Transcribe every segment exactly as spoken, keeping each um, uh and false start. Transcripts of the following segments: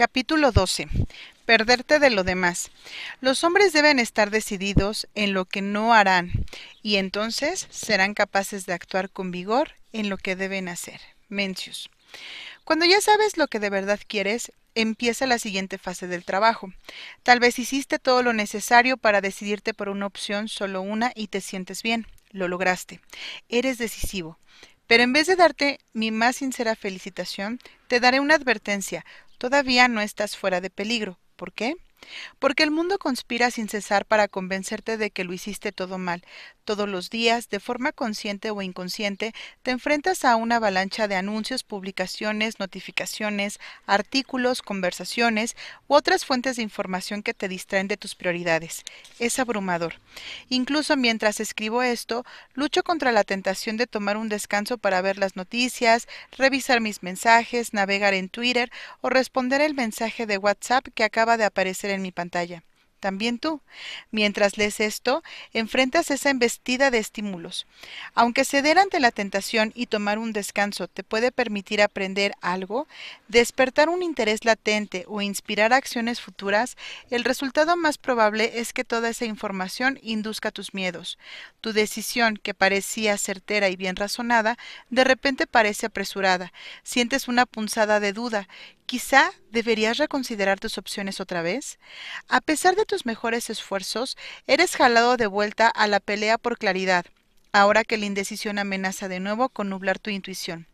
Capítulo doce. Perderte de lo demás. Los hombres deben estar decididos en lo que no harán, y entonces serán capaces de actuar con vigor en lo que deben hacer. Mencius. Cuando ya sabes lo que de verdad quieres, empieza la siguiente fase del trabajo. Tal vez hiciste todo lo necesario para decidirte por una opción, solo una, y te sientes bien. Lo lograste. Eres decisivo. Pero en vez de darte mi más sincera felicitación, te daré una advertencia. Todavía no estás fuera de peligro. ¿Por qué? Porque el mundo conspira sin cesar para convencerte de que lo hiciste todo mal. Todos los días, de forma consciente o inconsciente, te enfrentas a una avalancha de anuncios, publicaciones, notificaciones, artículos, conversaciones u otras fuentes de información que te distraen de tus prioridades. Es abrumador. Incluso mientras escribo esto, lucho contra la tentación de tomar un descanso para ver las noticias, revisar mis mensajes, navegar en Twitter o responder el mensaje de WhatsApp que acaba de aparecer en mi pantalla. También tú, mientras lees esto, enfrentas esa embestida de estímulos. Aunque ceder ante la tentación y tomar un descanso te puede permitir aprender algo, despertar un interés latente o inspirar acciones futuras, el resultado más probable es que toda esa información induzca tus miedos. Tu decisión, que parecía certera y bien razonada, de repente parece apresurada. Sientes una punzada de duda. Quizá deberías reconsiderar tus opciones otra vez. A pesar de tus mejores esfuerzos, eres jalado de vuelta a la pelea por claridad, ahora que la indecisión amenaza de nuevo con nublar tu intuición.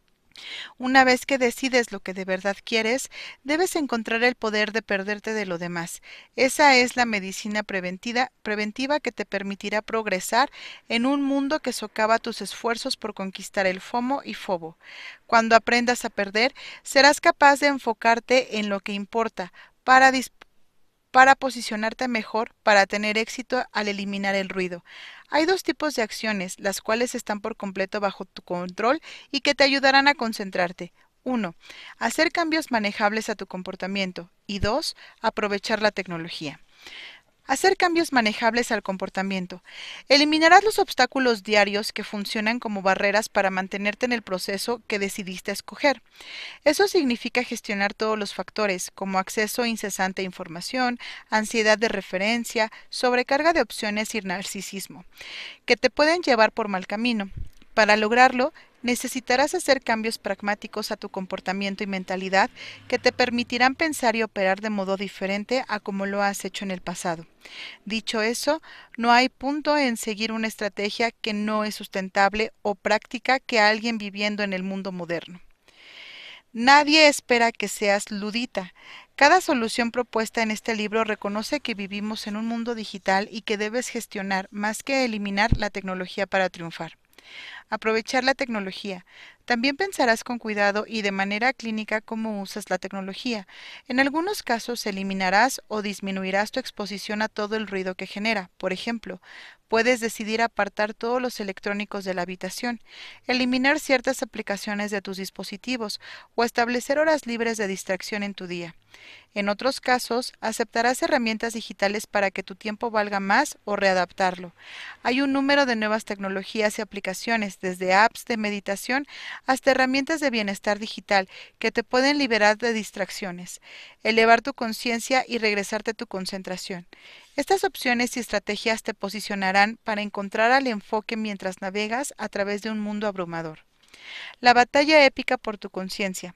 Una vez que decides lo que de verdad quieres, debes encontrar el poder de perderte de lo demás. Esa es la medicina preventiva, preventiva que te permitirá progresar en un mundo que socava tus esfuerzos por conquistar el FOMO y FOBO. Cuando aprendas a perder, serás capaz de enfocarte en lo que importa, para disponer para posicionarte mejor, para tener éxito al eliminar el ruido. Hay dos tipos de acciones, las cuales están por completo bajo tu control y que te ayudarán a concentrarte. Uno, hacer cambios manejables a tu comportamiento. Y dos, aprovechar la tecnología. Hacer cambios manejables al comportamiento. Eliminarás los obstáculos diarios que funcionan como barreras para mantenerte en el proceso que decidiste escoger. Eso significa gestionar todos los factores, como acceso incesante a información, ansiedad de referencia, sobrecarga de opciones y narcisismo, que te pueden llevar por mal camino. Para lograrlo, necesitarás hacer cambios pragmáticos a tu comportamiento y mentalidad que te permitirán pensar y operar de modo diferente a como lo has hecho en el pasado. Dicho eso, no hay punto en seguir una estrategia que no es sustentable o práctica que alguien viviendo en el mundo moderno. Nadie espera que seas ludita. Cada solución propuesta en este libro reconoce que vivimos en un mundo digital y que debes gestionar más que eliminar la tecnología para triunfar. Aprovechar la tecnología. También pensarás con cuidado y de manera clínica cómo usas la tecnología. En algunos casos eliminarás o disminuirás tu exposición a todo el ruido que genera. Por ejemplo, puedes decidir apartar todos los electrónicos de la habitación, eliminar ciertas aplicaciones de tus dispositivos o establecer horas libres de distracción en tu día. En otros casos, aceptarás herramientas digitales para que tu tiempo valga más o readaptarlo. Hay un número de nuevas tecnologías y aplicaciones, desde apps de meditación hasta herramientas de bienestar digital, que te pueden liberar de distracciones, elevar tu conciencia y regresarte tu concentración. Estas opciones y estrategias te posicionarán para encontrar el enfoque mientras navegas a través de un mundo abrumador. La batalla épica por tu conciencia.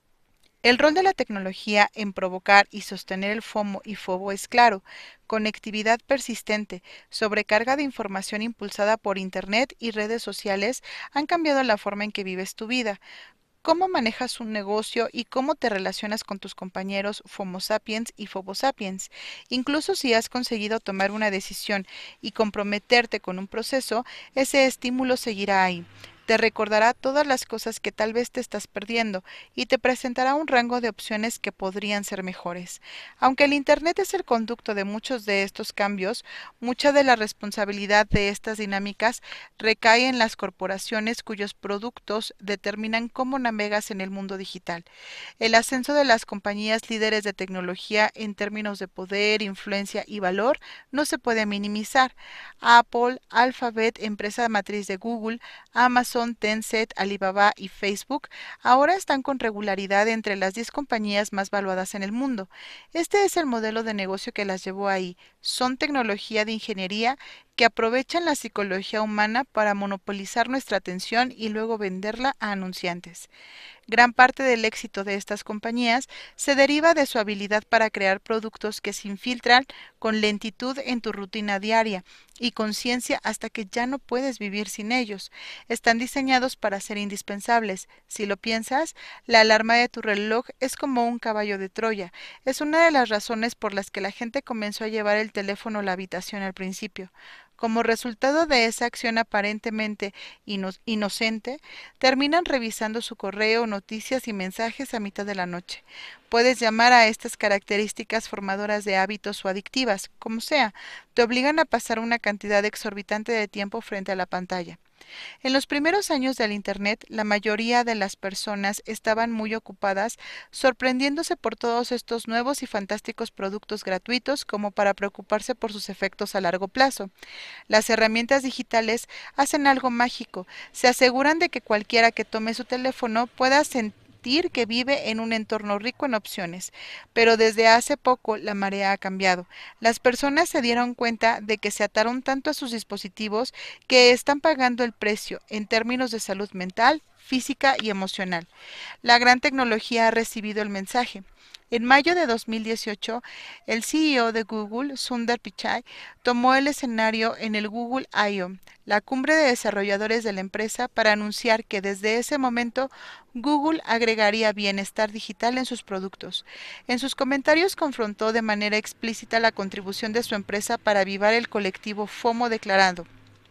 El rol de la tecnología en provocar y sostener el FOMO y FOBO es claro: conectividad persistente, sobrecarga de información impulsada por Internet y redes sociales han cambiado la forma en que vives tu vida, cómo manejas un negocio y cómo te relacionas con tus compañeros FOMO sapiens y FOBO sapiens. Incluso si has conseguido tomar una decisión y comprometerte con un proceso, ese estímulo seguirá ahí. Te recordará todas las cosas que tal vez te estás perdiendo y te presentará un rango de opciones que podrían ser mejores. Aunque el Internet es el conducto de muchos de estos cambios, mucha de la responsabilidad de estas dinámicas recae en las corporaciones cuyos productos determinan cómo navegas en el mundo digital. El ascenso de las compañías líderes de tecnología en términos de poder, influencia y valor no se puede minimizar. Apple, Alphabet, empresa matriz de Google, Amazon, Amazon, Tencent, Alibaba y Facebook ahora están con regularidad entre las diez compañías más valuadas en el mundo. Este es el modelo de negocio que las llevó ahí. Son tecnología de ingeniería que aprovechan la psicología humana para monopolizar nuestra atención y luego venderla a anunciantes. Gran parte del éxito de estas compañías se deriva de su habilidad para crear productos que se infiltran con lentitud en tu rutina diaria y conciencia hasta que ya no puedes vivir sin ellos. Están diseñados para ser indispensables. Si lo piensas, la alarma de tu reloj es como un caballo de Troya. Es una de las razones por las que la gente comenzó a llevar el teléfono a la habitación al principio. Como resultado de esa acción aparentemente ino inocente, terminan revisando su correo, noticias y mensajes a mitad de la noche. Puedes llamar a estas características formadoras de hábitos o adictivas, como sea, te obligan a pasar una cantidad exorbitante de tiempo frente a la pantalla. En los primeros años del Internet, la mayoría de las personas estaban muy ocupadas sorprendiéndose por todos estos nuevos y fantásticos productos gratuitos como para preocuparse por sus efectos a largo plazo. Las herramientas digitales hacen algo mágico, se aseguran de que cualquiera que tome su teléfono pueda sentir que vive en un entorno rico en opciones, pero desde hace poco la marea ha cambiado. Las personas se dieron cuenta de que se ataron tanto a sus dispositivos que están pagando el precio en términos de salud mental, física y emocional. La gran tecnología ha recibido el mensaje. En mayo de dos mil dieciocho, el C E O de Google, Sundar Pichai, tomó el escenario en el Google I O, la cumbre de desarrolladores de la empresa, para anunciar que desde ese momento Google agregaría bienestar digital en sus productos. En sus comentarios confrontó de manera explícita la contribución de su empresa para avivar el colectivo FOMO declarando: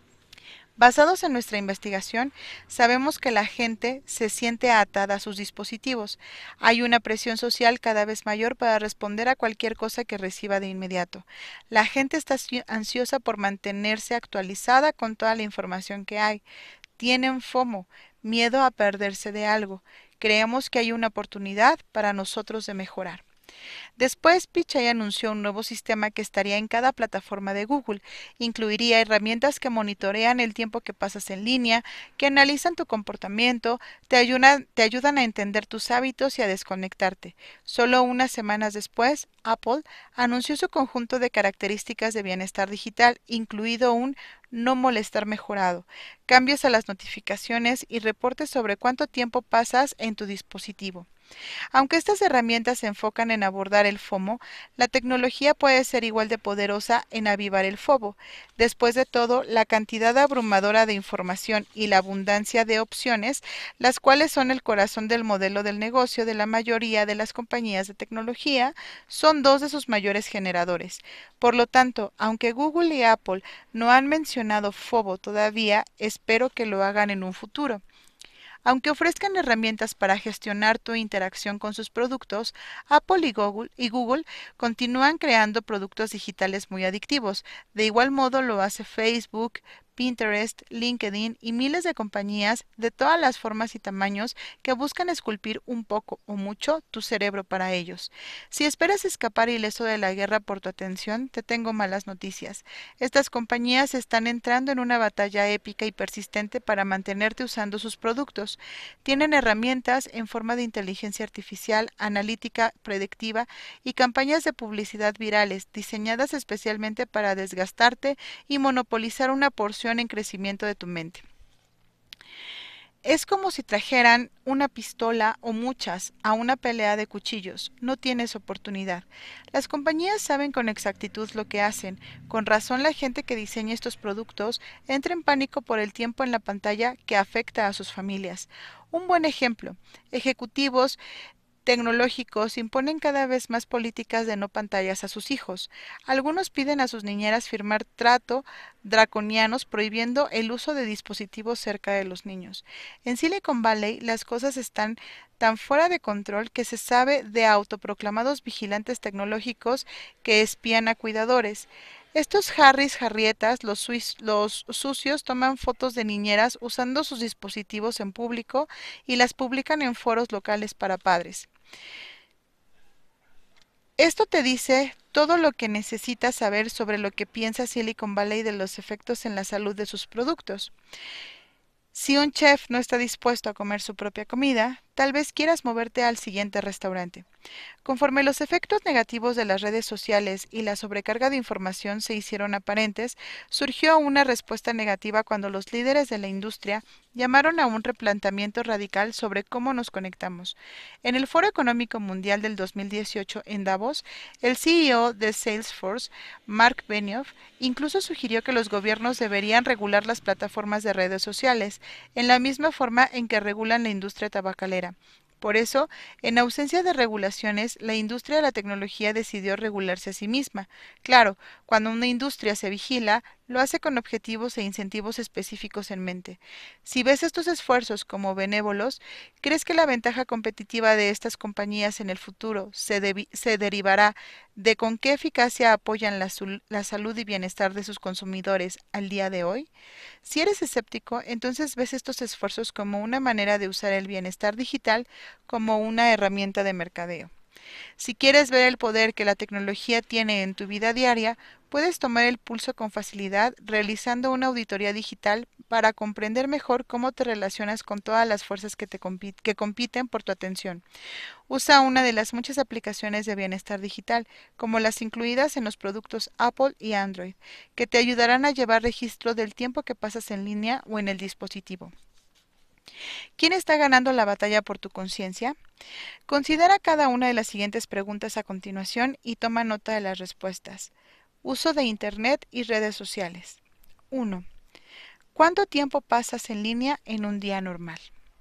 basados en nuestra investigación, sabemos que la gente se siente atada a sus dispositivos. Hay una presión social cada vez mayor para responder a cualquier cosa que reciba de inmediato. La gente está ansiosa por mantenerse actualizada con toda la información que hay. Tienen FOMO, miedo a perderse de algo. Creemos que hay una oportunidad para nosotros de mejorar. Después, Pichai anunció un nuevo sistema que estaría en cada plataforma de Google. Incluiría herramientas que monitorean el tiempo que pasas en línea, que analizan tu comportamiento, te ayudan, te ayudan a entender tus hábitos y a desconectarte. Solo unas semanas después, Apple anunció su conjunto de características de bienestar digital, incluido un no molestar mejorado, cambios a las notificaciones y reportes sobre cuánto tiempo pasas en tu dispositivo. Aunque estas herramientas se enfocan en abordar el FOMO, la tecnología puede ser igual de poderosa en avivar el FOMO. Después de todo, la cantidad abrumadora de información y la abundancia de opciones, las cuales son el corazón del modelo del negocio de la mayoría de las compañías de tecnología, son dos de sus mayores generadores. Por lo tanto, aunque Google y Apple no han mencionado FOMO todavía, espero que lo hagan en un futuro. Aunque ofrezcan herramientas para gestionar tu interacción con sus productos, Apple y Google, y Google continúan creando productos digitales muy adictivos. De igual modo lo hace Facebook, Pinterest, LinkedIn y miles de compañías de todas las formas y tamaños que buscan esculpir un poco o mucho tu cerebro para ellos. Si esperas escapar ileso de la guerra por tu atención, te tengo malas noticias. Estas compañías están entrando en una batalla épica y persistente para mantenerte usando sus productos. Tienen herramientas en forma de inteligencia artificial, analítica predictiva y campañas de publicidad virales diseñadas especialmente para desgastarte y monopolizar una porción en crecimiento de tu mente. Es como si trajeran una pistola o muchas a una pelea de cuchillos. No tienes oportunidad. Las compañías saben con exactitud lo que hacen. Con razón la gente que diseña estos productos entra en pánico por el tiempo en la pantalla que afecta a sus familias. Un buen ejemplo: ejecutivos tecnológicos imponen cada vez más políticas de no pantallas a sus hijos. Algunos piden a sus niñeras firmar trato draconianos prohibiendo el uso de dispositivos cerca de los niños. En Silicon Valley las cosas están tan fuera de control que se sabe de autoproclamados vigilantes tecnológicos que espían a cuidadores. Estos Harrys Harrietas, los, suis- los sucios, toman fotos de niñeras usando sus dispositivos en público y las publican en foros locales para padres. Esto te dice todo lo que necesitas saber sobre lo que piensa Silicon Valley de los efectos en la salud de sus productos. Si un chef no está dispuesto a comer su propia comida, tal vez quieras moverte al siguiente restaurante. Conforme los efectos negativos de las redes sociales y la sobrecarga de información se hicieron aparentes, surgió una respuesta negativa cuando los líderes de la industria llamaron a un replanteamiento radical sobre cómo nos conectamos. En el Foro Económico Mundial del dos mil dieciocho en Davos, el C E O de Salesforce, Mark Benioff, incluso sugirió que los gobiernos deberían regular las plataformas de redes sociales, en la misma forma en que regulan la industria tabacalera. Por eso, en ausencia de regulaciones, la industria de la tecnología decidió regularse a sí misma. Claro, cuando una industria se vigila, lo hace con objetivos e incentivos específicos en mente. Si ves estos esfuerzos como benévolos, ¿crees que la ventaja competitiva de estas compañías en el futuro se, debi- se derivará de con qué eficacia apoyan la, sul- la salud y bienestar de sus consumidores al día de hoy? Si eres escéptico, entonces ves estos esfuerzos como una manera de usar el bienestar digital como una herramienta de mercadeo. Si quieres ver el poder que la tecnología tiene en tu vida diaria, puedes tomar el pulso con facilidad realizando una auditoría digital para comprender mejor cómo te relacionas con todas las fuerzas que, te compi- que compiten por tu atención. Usa una de las muchas aplicaciones de bienestar digital, como las incluidas en los productos Apple y Android, que te ayudarán a llevar registro del tiempo que pasas en línea o en el dispositivo. ¿Quién está ganando la batalla por tu conciencia? Considera cada una de las siguientes preguntas a continuación y toma nota de las respuestas. Uso de Internet y redes sociales. uno. ¿Cuánto tiempo pasas en línea en un día normal?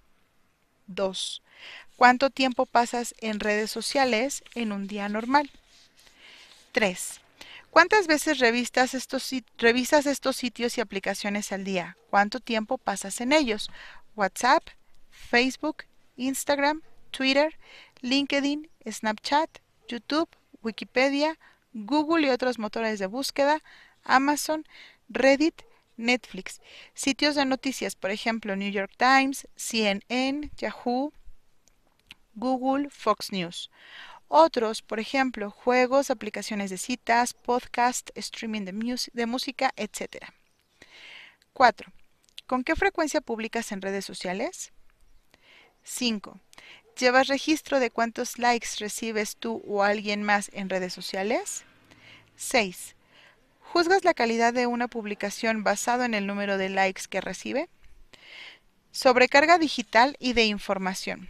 dos. ¿Cuánto tiempo pasas en redes sociales en un día normal? tres. ¿Cuántas veces revistas estos, revisas estos sitios y aplicaciones al día? ¿Cuánto tiempo pasas en ellos? WhatsApp, Facebook, Instagram, Twitter, LinkedIn, Snapchat, YouTube, Wikipedia, Google y otros motores de búsqueda, Amazon, Reddit, Netflix, sitios de noticias, por ejemplo, New York Times, C N N, Yahoo, Google, Fox News. Otros, por ejemplo, juegos, aplicaciones de citas, podcast, streaming de, de música, etcétera. cuatro. ¿Con qué frecuencia publicas en redes sociales? cinco. ¿Llevas registro de cuántos likes recibes tú o alguien más en redes sociales? seis. ¿Juzgas la calidad de una publicación basado en el número de likes que recibe? Sobrecarga digital y de información.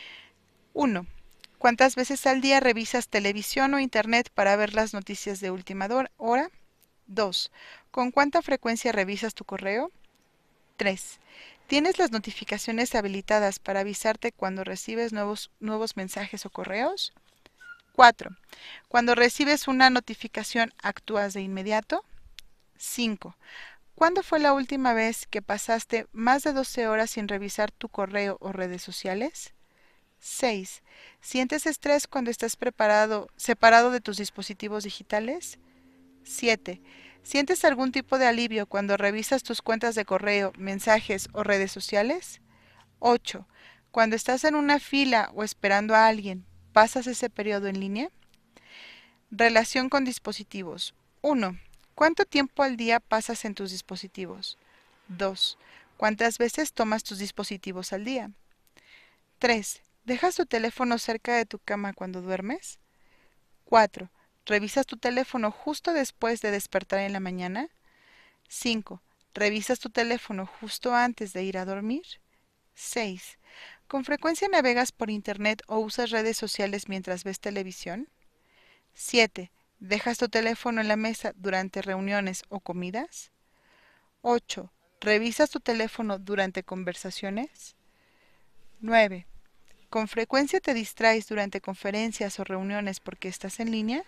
uno. ¿Cuántas veces al día revisas televisión o internet para ver las noticias de última hora? dos. ¿Con cuánta frecuencia revisas tu correo? tres. ¿Tienes las notificaciones habilitadas para avisarte cuando recibes nuevos, nuevos mensajes o correos? cuatro. Cuando recibes una notificación, ¿actúas de inmediato? cinco. ¿Cuándo fue la última vez que pasaste más de doce horas sin revisar tu correo o redes sociales? seis. ¿Sientes estrés cuando estás preparado, separado de tus dispositivos digitales? siete. ¿Sientes algún tipo de alivio cuando revisas tus cuentas de correo, mensajes o redes sociales? ocho. Cuando estás en una fila o esperando a alguien, ¿pasas ese periodo en línea? Relación con dispositivos. uno. ¿Cuánto tiempo al día pasas en tus dispositivos? dos. ¿Cuántas veces tomas tus dispositivos al día? tres. ¿Dejas tu teléfono cerca de tu cama cuando duermes? cuatro. ¿Revisas tu teléfono justo después de despertar en la mañana? cinco. ¿Revisas tu teléfono justo antes de ir a dormir? seis. ¿Con frecuencia navegas por internet o usas redes sociales mientras ves televisión? siete. ¿Dejas tu teléfono en la mesa durante reuniones o comidas? ocho. ¿Revisas tu teléfono durante conversaciones? nueve. ¿Con frecuencia te distraes durante conferencias o reuniones porque estás en línea?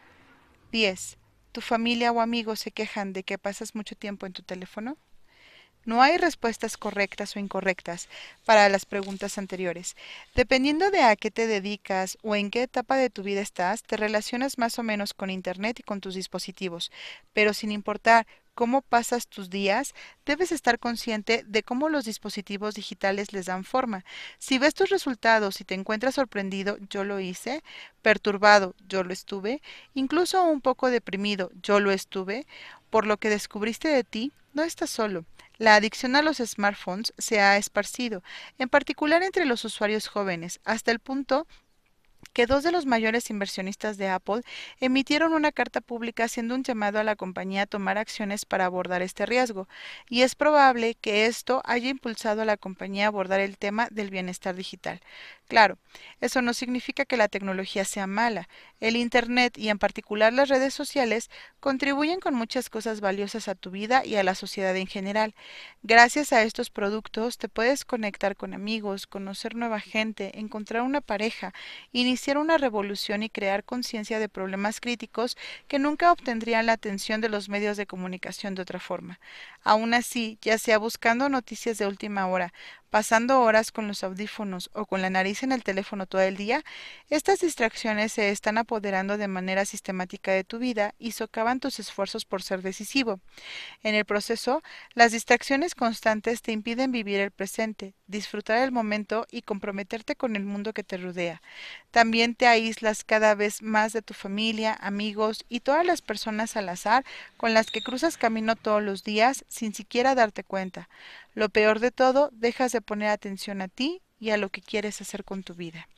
diez. ¿Tu familia o amigos se quejan de que pasas mucho tiempo en tu teléfono? No hay respuestas correctas o incorrectas para las preguntas anteriores. Dependiendo de a qué te dedicas o en qué etapa de tu vida estás, te relacionas más o menos con Internet y con tus dispositivos. Pero sin importar cómo pasas tus días, debes estar consciente de cómo los dispositivos digitales les dan forma. Si ves tus resultados y te encuentras sorprendido, yo lo hice, perturbado, yo lo estuve, incluso un poco deprimido, yo lo estuve, por lo que descubriste de ti, No estás solo. La adicción a los smartphones se ha esparcido, en particular entre los usuarios jóvenes, hasta el punto que dos de los mayores inversionistas de Apple emitieron una carta pública haciendo un llamado a la compañía a tomar acciones para abordar este riesgo, y es probable que esto haya impulsado a la compañía a abordar el tema del bienestar digital. Claro, eso no significa que la tecnología sea mala. El Internet y en particular las redes sociales contribuyen con muchas cosas valiosas a tu vida y a la sociedad en general. Gracias a estos productos te puedes conectar con amigos, conocer nueva gente, encontrar una pareja, iniciar una revolución y crear conciencia de problemas críticos que nunca obtendrían la atención de los medios de comunicación de otra forma. Aún así, ya sea buscando noticias de última hora, pasando horas con los audífonos o con la nariz en el teléfono todo el día, estas distracciones se están apoderando de manera sistemática de tu vida y socavan tus esfuerzos por ser decisivo. En el proceso, las distracciones constantes te impiden vivir el presente, disfrutar el momento y comprometerte con el mundo que te rodea. También te aíslas cada vez más de tu familia, amigos y todas las personas al azar con las que cruzas camino todos los días sin siquiera darte cuenta. Lo peor de todo, dejas de poner atención a ti y a lo que quieres hacer con tu vida.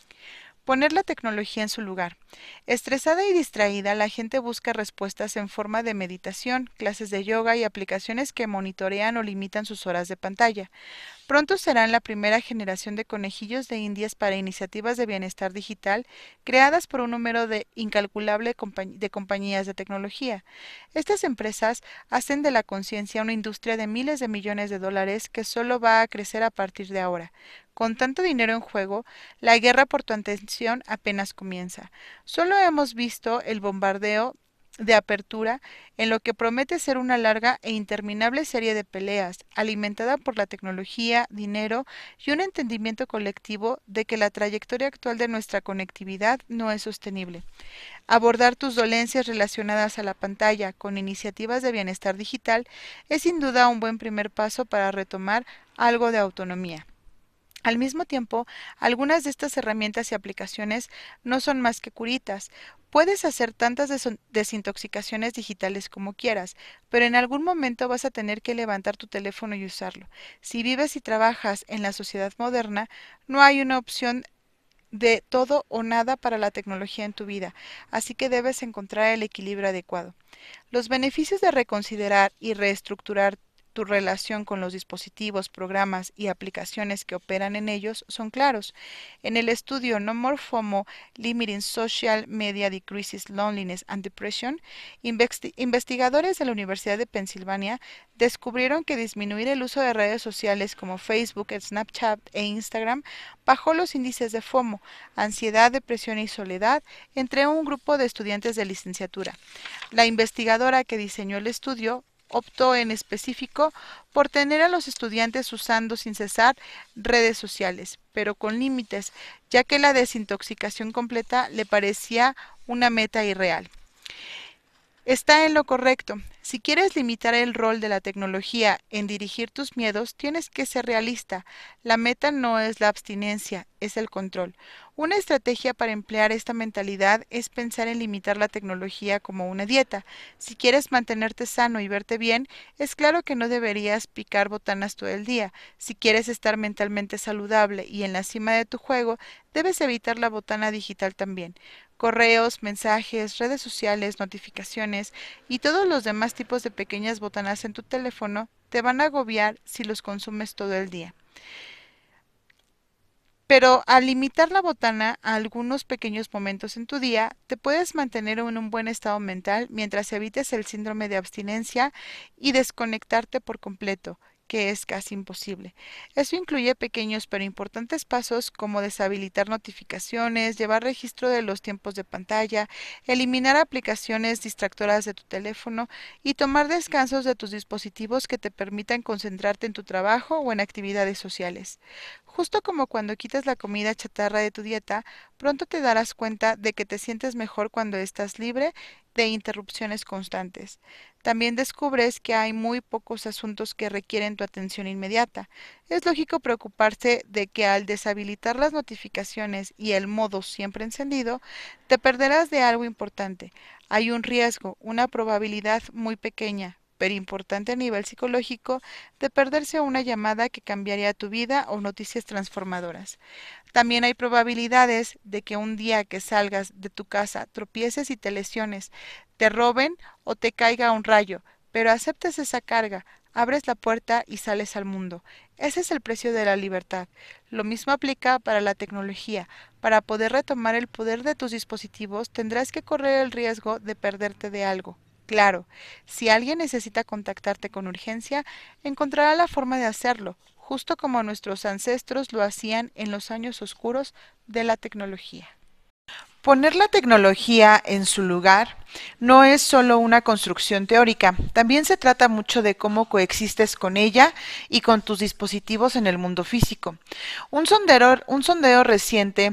Poner la tecnología en su lugar. Estresada y distraída, la gente busca respuestas en forma de meditación, clases de yoga y aplicaciones que monitorean o limitan sus horas de pantalla. Pronto serán la primera generación de conejillos de indias para iniciativas de bienestar digital creadas por un número de incalculable compa de compañías de tecnología. Estas empresas hacen de la conciencia una industria de miles de millones de dólares que solo va a crecer a partir de ahora. Con tanto dinero en juego, la guerra por tu atención apenas comienza. Solo hemos visto el bombardeo de apertura en lo que promete ser una larga e interminable serie de peleas, alimentada por la tecnología, dinero y un entendimiento colectivo de que la trayectoria actual de nuestra conectividad no es sostenible. Abordar tus dolencias relacionadas a la pantalla con iniciativas de bienestar digital es sin duda un buen primer paso para retomar algo de autonomía. Al mismo tiempo, algunas de estas herramientas y aplicaciones no son más que curitas. Puedes hacer tantas deso- desintoxicaciones digitales como quieras, pero en algún momento vas a tener que levantar tu teléfono y usarlo. Si vives y trabajas en la sociedad moderna, no hay una opción de todo o nada para la tecnología en tu vida, así que debes encontrar el equilibrio adecuado. Los beneficios de reconsiderar y reestructurar tu relación con los dispositivos, programas y aplicaciones que operan en ellos son claros. En el estudio No More FOMO, Limiting Social Media Decreases Loneliness and Depression, investi- investigadores de la Universidad de Pensilvania descubrieron que disminuir el uso de redes sociales como Facebook, Snapchat e Instagram bajó los índices de FOMO, ansiedad, depresión y soledad entre un grupo de estudiantes de licenciatura. La investigadora que diseñó el estudio optó en específico por tener a los estudiantes usando sin cesar redes sociales, pero con límites, ya que la desintoxicación completa le parecía una meta irreal. Está en lo correcto. Si quieres limitar el rol de la tecnología en dirigir tus miedos, tienes que ser realista. La meta no es la abstinencia, es el control. Una estrategia para emplear esta mentalidad es pensar en limitar la tecnología como una dieta. Si quieres mantenerte sano y verte bien, es claro que no deberías picar botanas todo el día. Si quieres estar mentalmente saludable y en la cima de tu juego, debes evitar la botana digital también. Correos, mensajes, redes sociales, notificaciones y todos los demás tipos de pequeñas botanas en tu teléfono te van a agobiar si los consumes todo el día. Pero al limitar la botana a algunos pequeños momentos en tu día, te puedes mantener en un buen estado mental mientras evites el síndrome de abstinencia y desconectarte por completo, que es casi imposible. Eso incluye pequeños pero importantes pasos como deshabilitar notificaciones, llevar registro de los tiempos de pantalla, eliminar aplicaciones distractoras de tu teléfono y tomar descansos de tus dispositivos que te permitan concentrarte en tu trabajo o en actividades sociales. Justo como cuando quitas la comida chatarra de tu dieta, pronto te darás cuenta de que te sientes mejor cuando estás libre de interrupciones constantes. También descubres que hay muy pocos asuntos que requieren tu atención inmediata. Es lógico preocuparse de que al deshabilitar las notificaciones y el modo siempre encendido, te perderás de algo importante. Hay un riesgo, una probabilidad muy pequeña, súper importante a nivel psicológico de perderse una llamada que cambiaría tu vida o noticias transformadoras. También hay probabilidades de que un día que salgas de tu casa tropieces y te lesiones, te roben o te caiga un rayo, pero aceptes esa carga, abres la puerta y sales al mundo. Ese es el precio de la libertad. Lo mismo aplica para la tecnología. Para poder retomar el poder de tus dispositivos, tendrás que correr el riesgo de perderte de algo. Claro, si alguien necesita contactarte con urgencia, encontrará la forma de hacerlo, justo como nuestros ancestros lo hacían en los años oscuros de la tecnología. Poner la tecnología en su lugar no es solo una construcción teórica, también se trata mucho de cómo coexistes con ella y con tus dispositivos en el mundo físico. Un sondeo, un sondeo reciente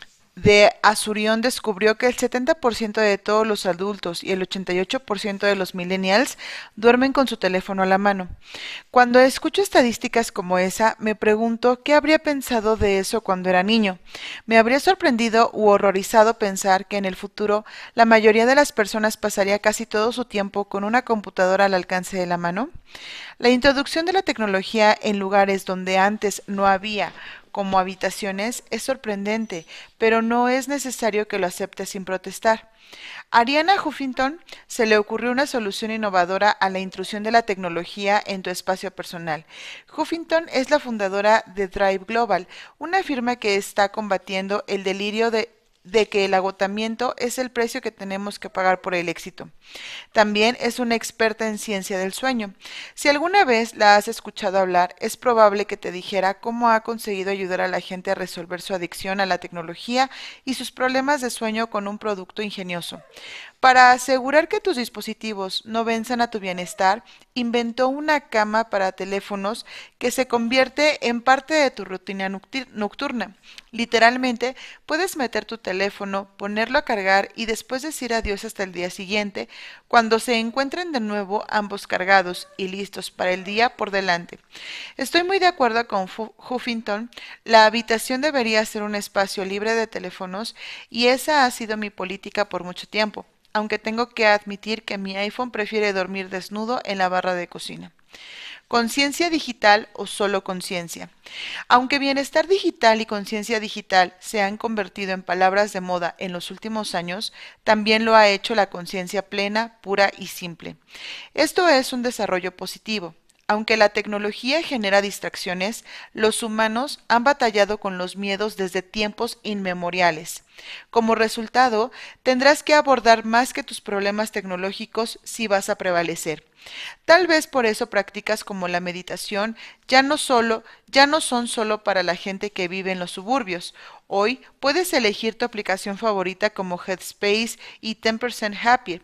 de Azurion descubrió que el setenta por ciento de todos los adultos y el ochenta y ocho por ciento de los millennials duermen con su teléfono a la mano. Cuando escucho estadísticas como esa, me pregunto qué habría pensado de eso cuando era niño. Me habría sorprendido u horrorizado pensar que en el futuro la mayoría de las personas pasaría casi todo su tiempo con una computadora al alcance de la mano. La introducción de la tecnología en lugares donde antes no había, como habitaciones, es sorprendente, pero no es necesario que lo aceptes sin protestar. A Arianna Huffington se le ocurrió una solución innovadora a la intrusión de la tecnología en tu espacio personal. Huffington es la fundadora de Drive Global, una firma que está combatiendo el delirio de de que el agotamiento es el precio que tenemos que pagar por el éxito. También es una experta en ciencia del sueño. Si alguna vez la has escuchado hablar, es probable que te dijera cómo ha conseguido ayudar a la gente a resolver su adicción a la tecnología y sus problemas de sueño con un producto ingenioso. Para asegurar que tus dispositivos no venzan a tu bienestar, inventó una cama para teléfonos que se convierte en parte de tu rutina nocturna. Literalmente, puedes meter tu teléfono, ponerlo a cargar y después decir adiós hasta el día siguiente, cuando se encuentren de nuevo ambos cargados y listos para el día por delante. Estoy muy de acuerdo con Huffington, la habitación debería ser un espacio libre de teléfonos y esa ha sido mi política por mucho tiempo, aunque tengo que admitir que mi iPhone prefiere dormir desnudo en la barra de cocina. Conciencia digital o solo conciencia. Aunque bienestar digital y conciencia digital se han convertido en palabras de moda en los últimos años, también lo ha hecho la conciencia plena, pura y simple. Esto es un desarrollo positivo. Aunque la tecnología genera distracciones, los humanos han batallado con los miedos desde tiempos inmemoriales. Como resultado, tendrás que abordar más que tus problemas tecnológicos si vas a prevalecer. Tal vez por eso prácticas como la meditación ya no solo, ya no son solo para la gente que vive en los suburbios. Hoy puedes elegir tu aplicación favorita como Headspace y ten percent Happier,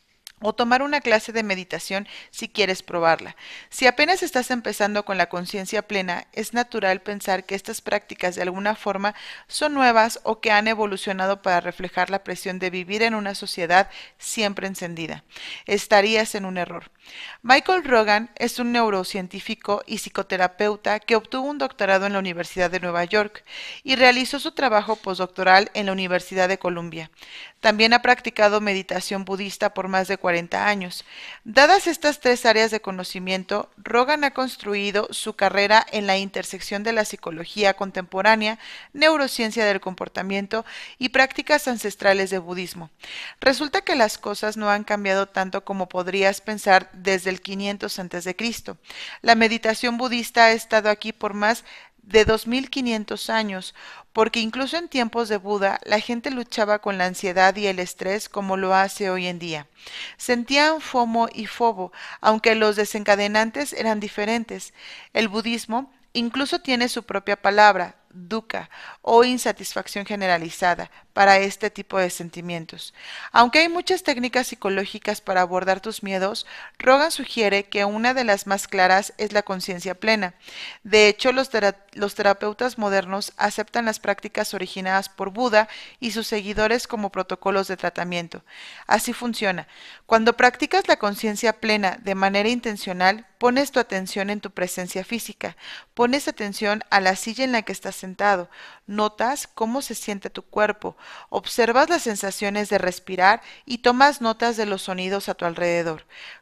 o tomar una clase de meditación si quieres probarla. Si apenas estás empezando con la conciencia plena, es natural pensar que estas prácticas de alguna forma son nuevas o que han evolucionado para reflejar la presión de vivir en una sociedad siempre encendida. Estarías en un error. Michael Rogan es un neurocientífico y psicoterapeuta que obtuvo un doctorado en la Universidad de Nueva York y realizó su trabajo postdoctoral en la Universidad de Columbia. También ha practicado meditación budista por más de cuarenta años. Dadas estas tres áreas de conocimiento, Rogan ha construido su carrera en la intersección de la psicología contemporánea, neurociencia del comportamiento y prácticas ancestrales de budismo. Resulta que las cosas no han cambiado tanto como podrías pensar desde el quinientos antes de Cristo. La meditación budista ha estado aquí por más de dos mil quinientos años, porque incluso en tiempos de Buda la gente luchaba con la ansiedad y el estrés como lo hace hoy en día. Sentían FOMO y FOBO, aunque los desencadenantes eran diferentes. El budismo incluso tiene su propia palabra, dukkha, o insatisfacción generalizada, para este tipo de sentimientos. Aunque hay muchas técnicas psicológicas para abordar tus miedos, Rogan sugiere que una de las más claras es la conciencia plena. De hecho, los, tera los terapeutas modernos aceptan las prácticas originadas por Buda y sus seguidores como protocolos de tratamiento. Así funciona. Cuando practicas la conciencia plena de manera intencional, pones tu atención en tu presencia física, pones atención a la silla en la que estás sentado, notas cómo se siente tu cuerpo, observas las sensaciones de respirar y tomas notas de los sonidos a tu alrededor.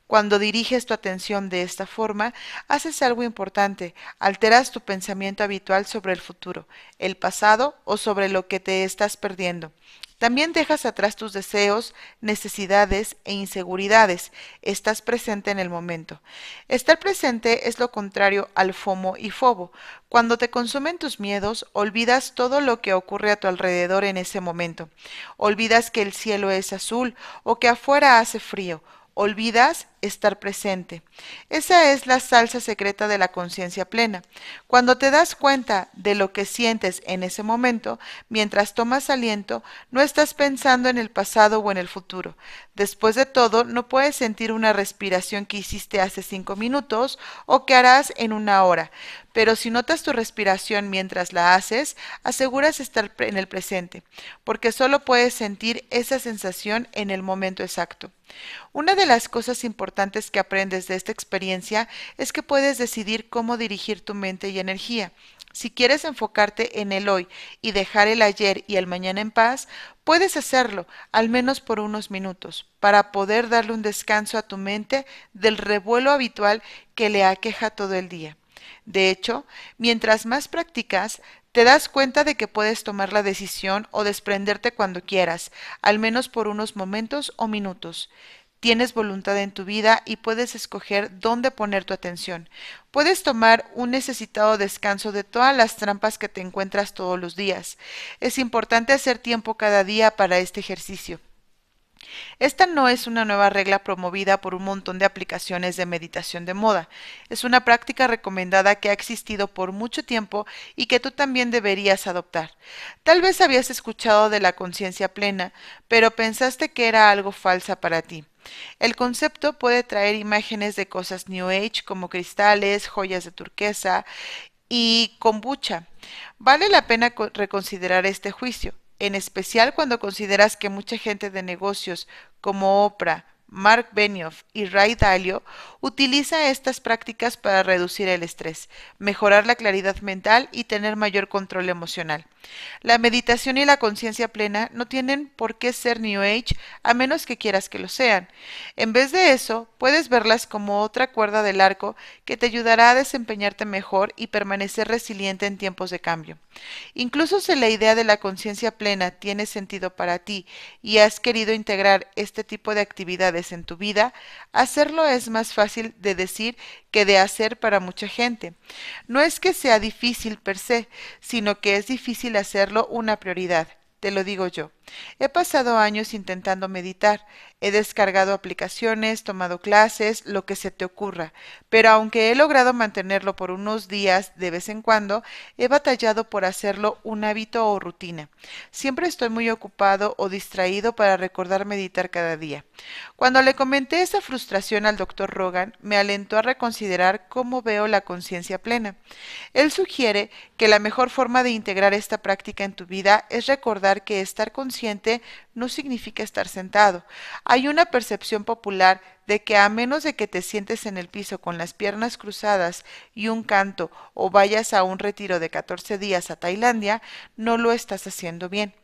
Cuando diriges tu atención de esta forma, haces algo importante, alteras tu pensamiento habitual sobre el futuro, el pasado o sobre lo que te estás perdiendo. También dejas atrás tus deseos, necesidades e inseguridades. Estás presente en el momento. Estar presente es lo contrario al FOMO y FOBO. Cuando te consumen tus miedos, olvidas todo lo que ocurre a tu alrededor en ese momento. Olvidas que el cielo es azul o que afuera hace frío. Olvidas estar presente. Esa es la salsa secreta de la conciencia plena. Cuando te das cuenta de lo que sientes en ese momento, mientras tomas aliento, no estás pensando en el pasado o en el futuro. Después de todo, no puedes sentir una respiración que hiciste hace cinco minutos o que harás en una hora. Pero si notas tu respiración mientras la haces, aseguras estar en el presente, porque solo puedes sentir esa sensación en el momento exacto. Una de las cosas importantes que aprendes de esta experiencia es que puedes decidir cómo dirigir tu mente y energía. Si quieres enfocarte en el hoy y dejar el ayer y el mañana en paz, puedes hacerlo, al menos por unos minutos, para poder darle un descanso a tu mente del revuelo habitual que le aqueja todo el día. De hecho, mientras más practicas, te das cuenta de que puedes tomar la decisión o desprenderte cuando quieras, al menos por unos momentos o minutos. Tienes voluntad en tu vida y puedes escoger dónde poner tu atención. Puedes tomar un necesitado descanso de todas las trampas que te encuentras todos los días. Es importante hacer tiempo cada día para este ejercicio. Esta no es una nueva regla promovida por un montón de aplicaciones de meditación de moda. Es una práctica recomendada que ha existido por mucho tiempo y que tú también deberías adoptar. Tal vez habías escuchado de la conciencia plena, pero pensaste que era algo falsa para ti. El concepto puede traer imágenes de cosas New Age como cristales, joyas de turquesa y kombucha. Vale la pena reconsiderar este juicio, en especial cuando consideras que mucha gente de negocios como Oprah, Mark Benioff y Ray Dalio utiliza estas prácticas para reducir el estrés, mejorar la claridad mental y tener mayor control emocional. La meditación y la conciencia plena no tienen por qué ser New Age a menos que quieras que lo sean. En vez de eso, puedes verlas como otra cuerda del arco que te ayudará a desempeñarte mejor y permanecer resiliente en tiempos de cambio. Incluso si la idea de la conciencia plena tiene sentido para ti y has querido integrar este tipo de actividades en tu vida, hacerlo es más fácil de decir que de hacer para mucha gente. No es que sea difícil per se, sino que es difícil hacerlo una prioridad. Te lo digo yo. He pasado años intentando meditar, he descargado aplicaciones, tomado clases, lo que se te ocurra, pero aunque he logrado mantenerlo por unos días de vez en cuando, he batallado por hacerlo un hábito o rutina. Siempre estoy muy ocupado o distraído para recordar meditar cada día. Cuando le comenté esa frustración al doctor Rogan, me alentó a reconsiderar cómo veo la conciencia plena. Él sugiere que la mejor forma de integrar esta práctica en tu vida es recordar que estar consciente no significa estar sentado. Hay una percepción popular de que a menos de que te sientes en el piso con las piernas cruzadas y un canto o vayas a un retiro de catorce días a Tailandia, no lo estás haciendo bien.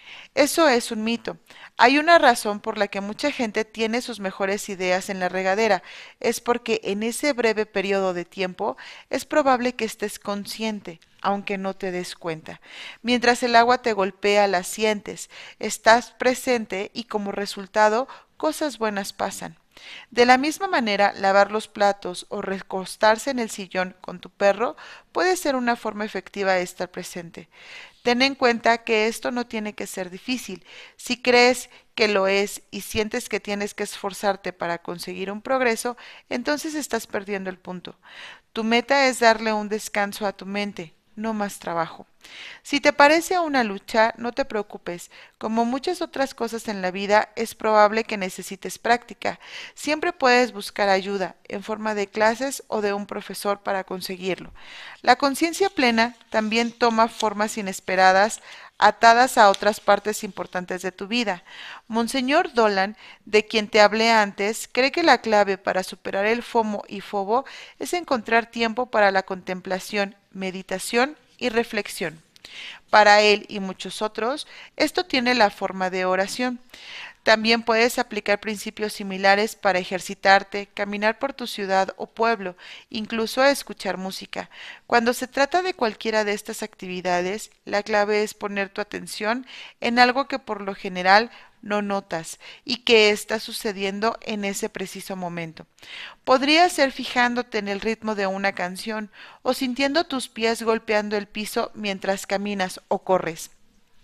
Eso es un mito. Hay una razón por la que mucha gente tiene sus mejores ideas en la regadera. Es porque en ese breve periodo de tiempo es probable que estés consciente, aunque no te des cuenta. Mientras el agua te golpea, la sientes, estás presente y como resultado, cosas buenas pasan. De la misma manera, lavar los platos o recostarse en el sillón con tu perro puede ser una forma efectiva de estar presente. Ten en cuenta que esto no tiene que ser difícil. Si crees que lo es y sientes que tienes que esforzarte para conseguir un progreso, entonces estás perdiendo el punto. Tu meta es darle un descanso a tu mente, no más trabajo. Si te parece una lucha, no te preocupes. Como muchas otras cosas en la vida, es probable que necesites práctica. Siempre puedes buscar ayuda, en forma de clases o de un profesor para conseguirlo. La conciencia plena también toma formas inesperadas atadas a otras partes importantes de tu vida. Monseñor Dolan, de quien te hablé antes, cree que la clave para superar el FOMO y FOBO es encontrar tiempo para la contemplación, meditación y reflexión. Para él y muchos otros, esto tiene la forma de oración. También puedes aplicar principios similares para ejercitarte, caminar por tu ciudad o pueblo, incluso escuchar música. Cuando se trata de cualquiera de estas actividades, la clave es poner tu atención en algo que por lo general no notas y que está sucediendo en ese preciso momento. Podría ser fijándote en el ritmo de una canción o sintiendo tus pies golpeando el piso mientras caminas o corres.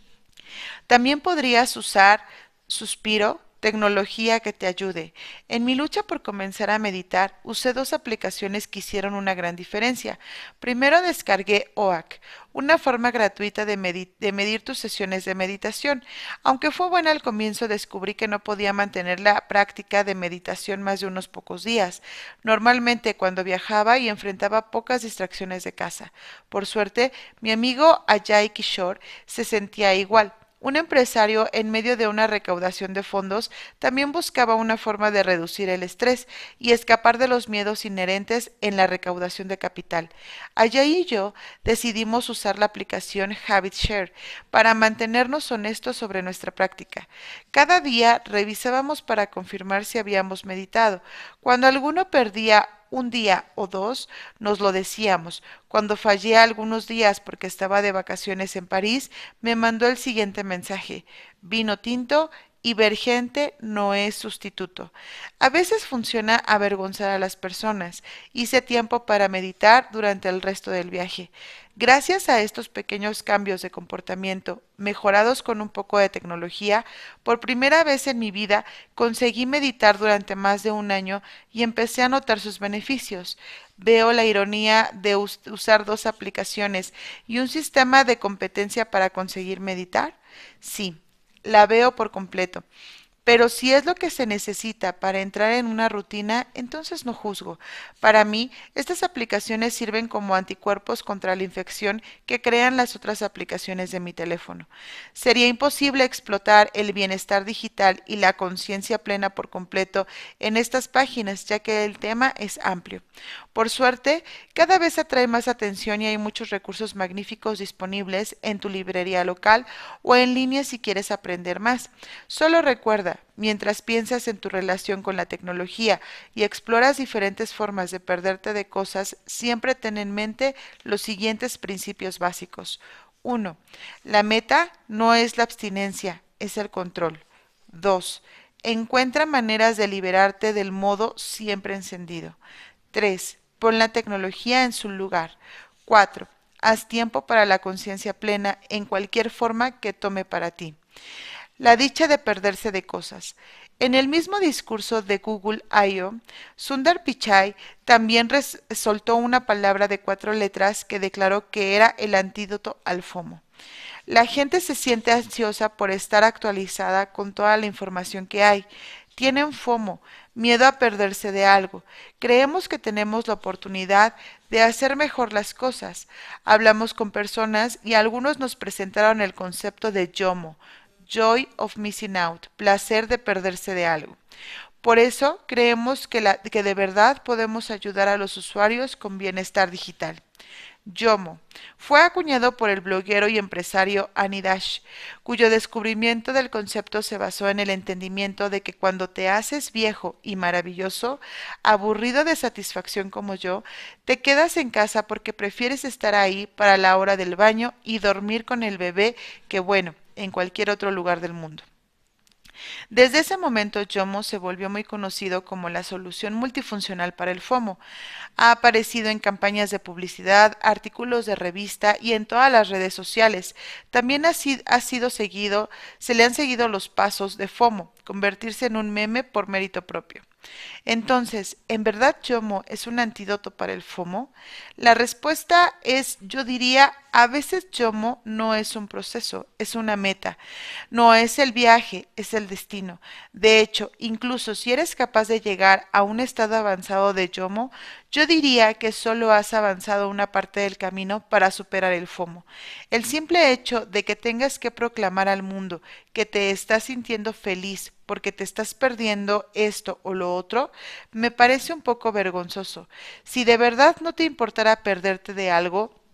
También podrías usar Suspiro, tecnología que te ayude. En mi lucha por comenzar a meditar, usé dos aplicaciones que hicieron una gran diferencia. Primero descargué O A C, una forma gratuita de, medi de medir tus sesiones de meditación. Aunque fue buena al comienzo, descubrí que no podía mantener la práctica de meditación más de unos pocos días, normalmente cuando viajaba y enfrentaba pocas distracciones de casa. Por suerte, mi amigo Ajay Kishore se sentía igual. Un empresario, en medio de una recaudación de fondos, también buscaba una forma de reducir el estrés y escapar de los miedos inherentes en la recaudación de capital. Ajay y yo decidimos usar la aplicación HabitShare para mantenernos honestos sobre nuestra práctica. Cada día revisábamos para confirmar si habíamos meditado. Cuando alguno perdía un día o dos, nos lo decíamos. Cuando fallé algunos días porque estaba de vacaciones en París, me mandó el siguiente mensaje: vino tinto y ver gente no es sustituto. A veces funciona avergonzar a las personas. Hice tiempo para meditar durante el resto del viaje. Gracias a estos pequeños cambios de comportamiento, mejorados con un poco de tecnología, por primera vez en mi vida conseguí meditar durante más de un año y empecé a notar sus beneficios. Veo la ironía de us usar dos aplicaciones y un sistema de competencia para conseguir meditar. Sí, la veo por completo. Pero si es lo que se necesita para entrar en una rutina, entonces no juzgo. Para mí, estas aplicaciones sirven como anticuerpos contra la infección que crean las otras aplicaciones de mi teléfono. Sería imposible explotar el bienestar digital y la conciencia plena por completo en estas páginas, ya que el tema es amplio. Por suerte, cada vez atrae más atención y hay muchos recursos magníficos disponibles en tu librería local o en línea si quieres aprender más. Solo recuerda, mientras piensas en tu relación con la tecnología y exploras diferentes formas de perderte de cosas, siempre ten en mente los siguientes principios básicos. uno. La meta no es la abstinencia, es el control. dos. Encuentra maneras de liberarte del modo siempre encendido. tres. Pon la tecnología en su lugar. cuatro. Haz tiempo para la conciencia plena en cualquier forma que tome para ti. La dicha de perderse de cosas. En el mismo discurso de Google I O, Sundar Pichai también soltó una palabra de cuatro letras que declaró que era el antídoto al FOMO. La gente se siente ansiosa por estar actualizada con toda la información que hay. Tienen FOMO, miedo a perderse de algo. Creemos que tenemos la oportunidad de hacer mejor las cosas. Hablamos con personas y algunos nos presentaron el concepto de YOMO, Joy of Missing Out, placer de perderse de algo. Por eso creemos que, la, que de verdad podemos ayudar a los usuarios con bienestar digital. YOMO fue acuñado por el bloguero y empresario Annie Dash, cuyo descubrimiento del concepto se basó en el entendimiento de que cuando te haces viejo y maravilloso, aburrido de satisfacción como yo, te quedas en casa porque prefieres estar ahí para la hora del baño y dormir con el bebé que, bueno, en cualquier otro lugar del mundo. Desde ese momento, YOMO se volvió muy conocido como la solución multifuncional para el FOMO. Ha aparecido en campañas de publicidad, artículos de revista y en todas las redes sociales. También ha, si ha sido seguido, se le han seguido los pasos de FOMO, convertirse en un meme por mérito propio. Entonces, ¿en verdad YOMO es un antídoto para el FOMO? La respuesta es, yo diría, a veces YOMO no es un proceso, es una meta. No es el viaje, es el destino. De hecho, incluso si eres capaz de llegar a un estado avanzado de YOMO, yo diría que solo has avanzado una parte del camino para superar el FOMO. El simple hecho de que tengas que proclamar al mundo que te estás sintiendo feliz porque te estás perdiendo esto o lo otro, me parece un poco vergonzoso. Si de verdad no te importara perderte de algo,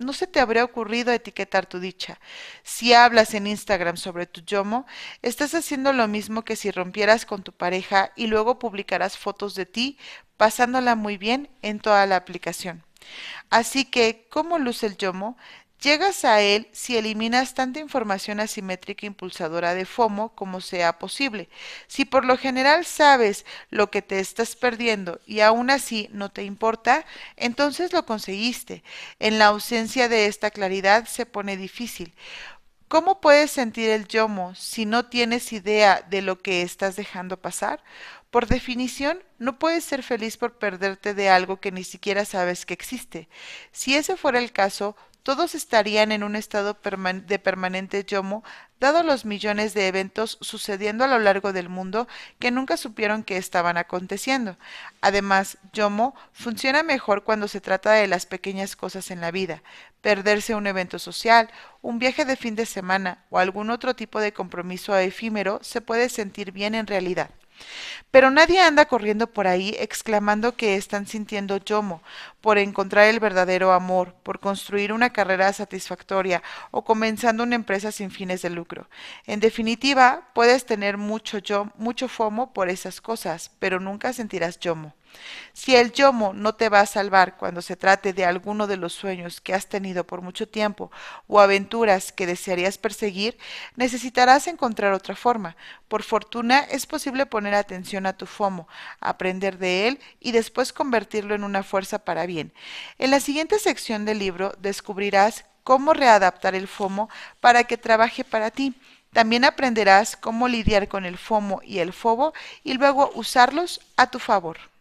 no se te habría ocurrido etiquetar tu dicha. Si hablas en Instagram sobre tu yomo, estás haciendo lo mismo que si rompieras con tu pareja y luego publicarás fotos de ti pasándola muy bien en toda la aplicación. Así que, ¿cómo luce el yomo? Llegas a él si eliminas tanta información asimétrica impulsadora de FOMO como sea posible. Si por lo general sabes lo que te estás perdiendo y aún así no te importa, entonces lo conseguiste. En la ausencia de esta claridad se pone difícil. ¿Cómo puedes sentir el yomo si no tienes idea de lo que estás dejando pasar? Por definición, no puedes ser feliz por perderte de algo que ni siquiera sabes que existe. Si ese fuera el caso, todos estarían en un estado perman de permanente yomo, dado los millones de eventos sucediendo a lo largo del mundo que nunca supieron que estaban aconteciendo. Además, yomo funciona mejor cuando se trata de las pequeñas cosas en la vida. Perderse un evento social, un viaje de fin de semana o algún otro tipo de compromiso efímero se puede sentir bien en realidad. Pero nadie anda corriendo por ahí exclamando que están sintiendo yomo por encontrar el verdadero amor, por construir una carrera satisfactoria o comenzando una empresa sin fines de lucro. En definitiva, puedes tener mucho yo, mucho FOMO por esas cosas, pero nunca sentirás yomo. Si el yomo no te va a salvar cuando se trate de alguno de los sueños que has tenido por mucho tiempo o aventuras que desearías perseguir, necesitarás encontrar otra forma. Por fortuna, es posible poner atención a tu FOMO, aprender de él y después convertirlo en una fuerza para bien. En la siguiente sección del libro descubrirás cómo readaptar el FOMO para que trabaje para ti. También aprenderás cómo lidiar con el FOMO y el FOBO y luego usarlos a tu favor.